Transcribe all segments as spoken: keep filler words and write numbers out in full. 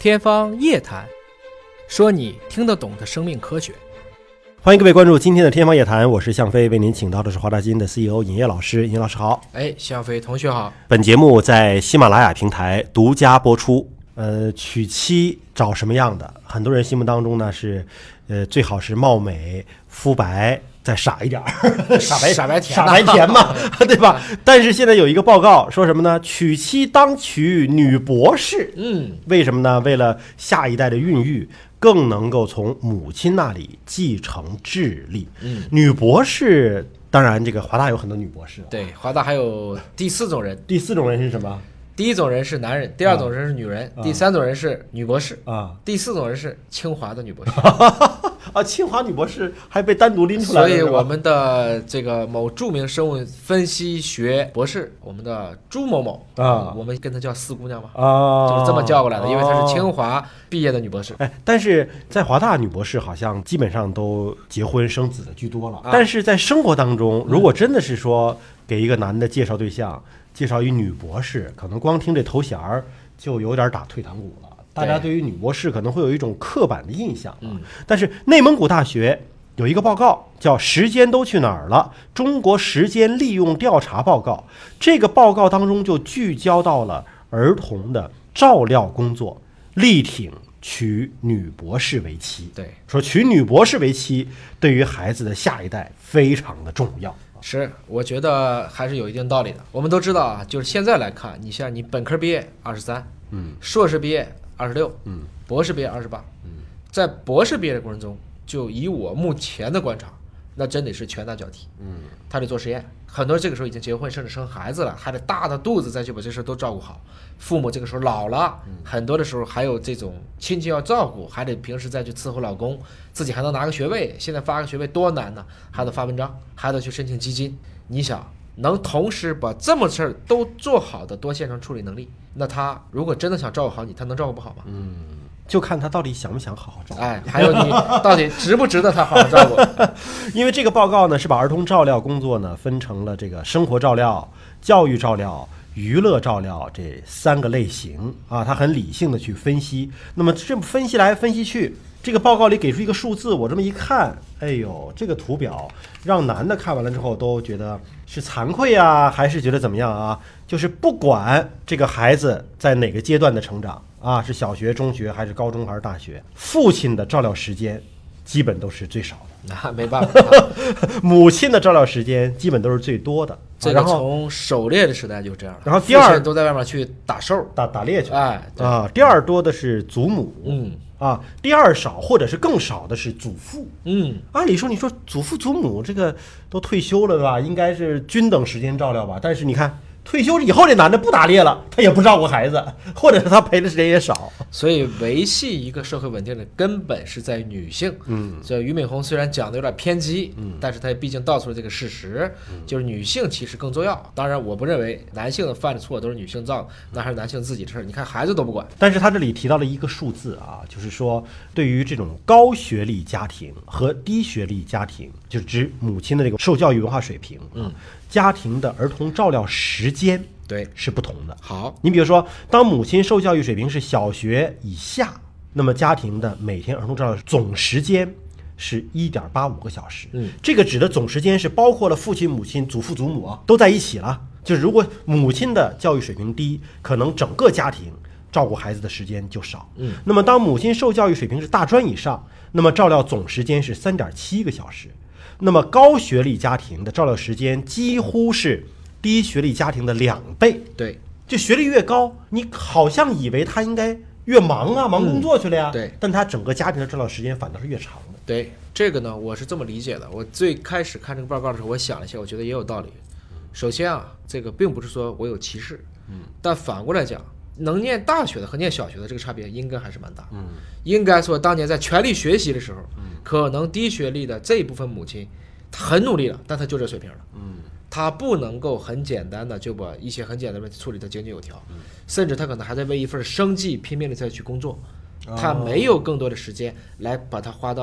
天方夜谭，说你听得懂的生命科学。 欢迎各位关注今天的天方夜谭，我是向飞，为您请到的是华大基因的 C E O 尹烨老师。尹烨老师好。 哎，向飞同学好。 本节目在喜马拉雅平台独家播出。呃，娶妻找什么样的？很多人心目当中呢是，呃，最好是貌美、肤白，再傻一点儿，傻白傻白甜， 傻白甜嘛，对吧？但是现在有一个报告说什么呢？娶妻当娶女博士。 嗯， 为什么呢？为了下一代的孕育，更能够从母亲那里继承智力。 嗯， 女博士，当然这个华大有很多女博士。 对，华大还有第四种人。 第四种人是什么？ 第一种人是男人，第二种人是女人，啊、第三种人是女博士啊，第四种人是清华的女博士啊，清华女博士还被单独拎出来了。 所以我们的这个某著名生物分析学博士，我们的朱某某啊，我们跟她叫四姑娘嘛啊，就是这么叫过来的，因为她是清华毕业的女博士。 哎，但是在华大女博士好像基本上都结婚生子的居多了，啊、但是在生活当中，如果真的是说给一个男的介绍对象。介绍一女博士，可能光听这头衔儿就有点打退堂鼓了。大家对于女博士可能会有一种刻板的印象、啊嗯、但是内蒙古大学有一个报告叫《时间都去哪儿了？中国时间利用调查报告》。这个报告当中就聚焦到了儿童的照料工作，力挺娶女博士为妻。 对， 说娶女博士为妻对于孩子的下一代非常的重要。 是，我觉得还是有一定道理的。我们都知道啊，就是现在来看，你像你本科毕业二十三，嗯，硕士毕业二十六，嗯，博士毕业二十八，嗯，在博士毕业的过程中，就以我目前的观察，那真得是拳打脚踢，嗯，他得做实验。很多人这个时候已经结婚，甚至生孩子了，还得大着肚子再去把这事都照顾好。父母这个时候老了，很多的时候还有这种亲戚要照顾，还得平时再去伺候老公，自己还能拿个学位。现在发个学位多难呢，还得发文章，还得去申请基金。你想能同时把这么事儿都做好的多线程处理能力，那他如果真的想照顾好你，他能照顾不好吗？ 嗯，就看他到底想不想好好照顾。 哎，还有你到底值不值得他好好照顾？ 因为这个报告呢是把儿童照料工作呢分成了这个生活照料、教育照料、娱乐照料这三个类型啊，他很理性的去分析。那么这么分析来分析去，这个报告里给出一个数字，我这么一看，哎呦，这个图表让男的看完了之后都觉得是惭愧啊，还是觉得怎么样啊？就是不管这个孩子在哪个阶段的成长啊，是小学、中学还是高中还是大学，父亲的照料时间基本都是最少的。 那没办法， 母亲的照料时间基本都是最多的。 这个从狩猎的时代就这样了。 然后第二都在外面去打兽、 打打猎去。 哎， 啊，第二多的是祖母。 嗯。 啊，第二少或者是更少的是祖父。 嗯， 按理说你说祖父祖母这个都退休了吧，应该是均等时间照料吧。但是你看退休以后这男的不打猎了，他也不照顾孩子，或者是他陪的时间也少。 所以维系一个社会稳定的根本是在于女性。嗯，这俞敏洪虽然讲的有点偏激，嗯，但是他毕竟道出了这个事实，嗯，就是女性其实更重要。当然，我不认为男性犯的错都是女性造的，那还是男性自己的事儿。你看孩子都不管。 但是他这里提到了一个数字啊，就是说对于这种高学历家庭和低学历家庭，就是指母亲的这个受教育文化水平，嗯，家庭的儿童照料时间对是不同的。 好， 你比如说，当母亲受教育水平是小学以下，那么家庭的每天儿童照料总时间是 一点八五个小时。嗯，这个指的总时间是包括了父亲、母亲、祖父、祖母啊，都在一起了。就是如果母亲的教育水平低，可能整个家庭照顾孩子的时间就少。嗯，那么当母亲受教育水平是大专以上，那么照料总时间是 三点七个小时。那么高学历家庭的照料时间几乎是低学历家庭的两倍。 对， 就学历越高，你好像以为他应该越忙啊，忙工作去了呀。 嗯、对， 但他整个家庭的照料时间反倒是越长的。 对，这个呢，我是这么理解的。我最开始看这个报告的时候，我想了一下，我觉得也有道理。首先啊，这个并不是说我有歧视，嗯，但反过来讲，能念大学的和念小学的这个差别应该还是蛮大。嗯，应该说当年在全力学习的时候，嗯，可能低学历的这一部分母亲，她很努力了，但她就这水平了。嗯。他不能够很简单的就把一些很简单的问题处理得井井有条，嗯，甚至他可能还在为一份生计拼命的再去工作，他没有更多的时间来把它花到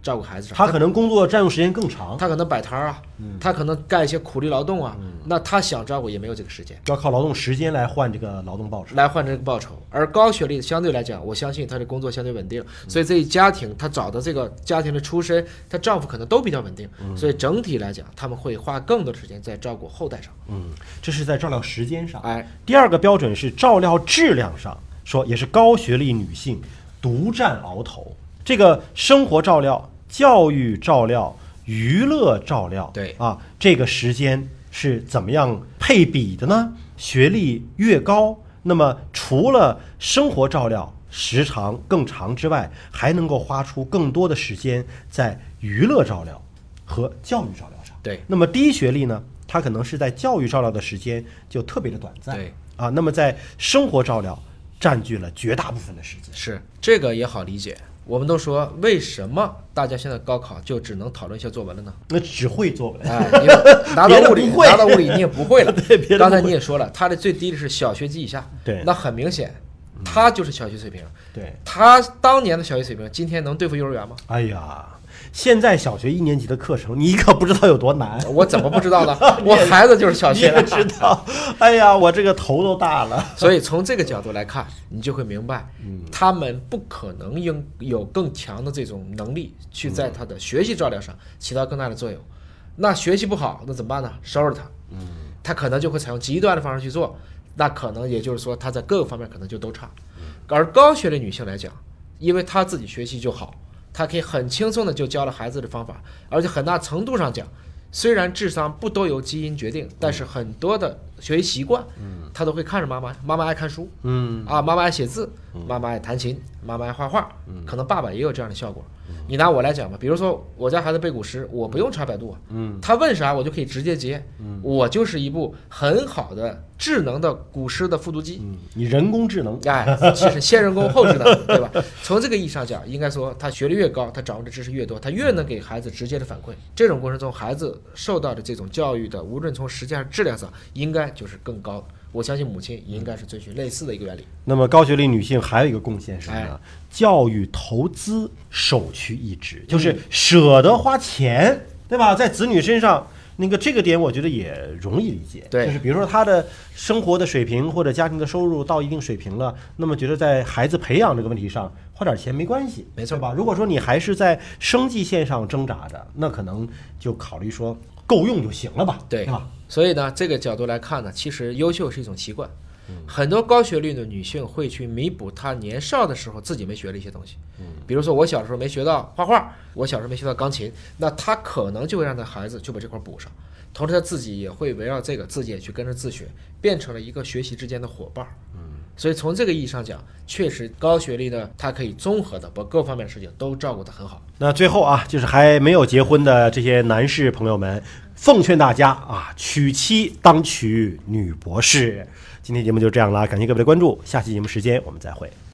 照顾孩子上， 他可能工作占用时间更长， 他可能摆摊啊，嗯、他可能干一些苦力劳动啊，嗯、那他想照顾也没有这个时间， 要靠劳动时间来换这个劳动报酬， 来换这个报酬。而高学历相对来讲，我相信他的工作相对稳定，嗯、所以这一家庭他找的这个家庭的出身，他丈夫可能都比较稳定，嗯、所以整体来讲，他们会花更多的时间在照顾后代上。 嗯，这是在照料时间上。 哎， 第二个标准是照料质量上，说也是高学历女性独占鳌头。这个生活照料、教育照料、娱乐照料， 对啊，这个时间是怎么样配比的呢？学历越高，那么除了生活照料时长更长之外，还能够花出更多的时间在娱乐照料和教育照料上。 对， 那么低学历呢，他可能是在教育照料的时间就特别的短暂， 对啊，那么在生活照料占据了绝大部分的时间。 是这个也好理解。我们都说，为什么大家现在高考就只能讨论一些作文了呢？ 那只会作文， 哎，因为拿到物理，拿到物理你也不会了。 对， 刚才你也说了，他的最低的是小学级以下， 对， 那很明显，他就是小学水平。 对， 他当年的小学水平，今天能对付幼儿园吗？ 哎呀，现在小学一年级的课程，你可不知道有多难。 我怎么不知道呢？我孩子就是小学的， 知道。哎呀，我这个头都大了。 所以从这个角度来看，你就会明白，嗯、他们不可能应有更强的这种能力去在他的学习照料上起到更大的作用。嗯、那学习不好，那怎么办呢？收拾他。嗯，他可能就会采用极端的方式去做，那可能也就是说他在各个方面可能就都差。而高学历女性来讲，因为她自己学习就好。他可以很轻松的就教了孩子的方法，而且很大程度上讲，虽然智商不都由基因决定，但是很多的学习习惯，嗯，他都会看着妈妈，妈妈爱看书，嗯啊，妈妈爱写字，妈妈爱弹琴，妈妈爱画画，嗯，可能爸爸也有这样的效果。你拿我来讲吧，比如说我家孩子背古诗，我不用查百度啊，嗯，他问啥我就可以直接接，嗯，我就是一部很好的智能的古诗的复读机， 嗯，你人工智能， 哎，其实先人工后智能，对吧？从这个意义上讲，应该说他学历越高，他掌握的知识越多，他越能给孩子直接的反馈。这种过程中，孩子受到的这种教育的，无论从实际上质量上，应该就是更高的。我相信母亲也应该是遵循类似的一个原理。 那么高学历女性还有一个贡献是什么呢？哎、教育投资首屈一指，就是舍得花钱，对吧？在子女身上，那个这个点我觉得也容易理解。 对， 就是比如说他的生活的水平或者家庭的收入到一定水平了，那么觉得在孩子培养这个问题上花点钱没关系， 没错吧？如果说你还是在生计线上挣扎着，那可能就考虑说够用就行了吧， 对吧？ 所以呢，这个角度来看呢，其实优秀是一种习惯。很多高学历的女性会去弥补她年少的时候自己没学的一些东西。比如说我小时候没学到画画，我小时候没学到钢琴，那她可能就会让她孩子就把这块补上，同时她自己也会围绕这个自己也去跟着自学，变成了一个学习之间的伙伴。所以从这个意义上讲，确实高学历呢，它可以综合的把各方面的事情都照顾得很好。 那最后啊，就是还没有结婚的这些男士朋友们，奉劝大家啊，娶妻当娶女博士。今天节目就这样了，感谢各位的关注，下期节目时间我们再会。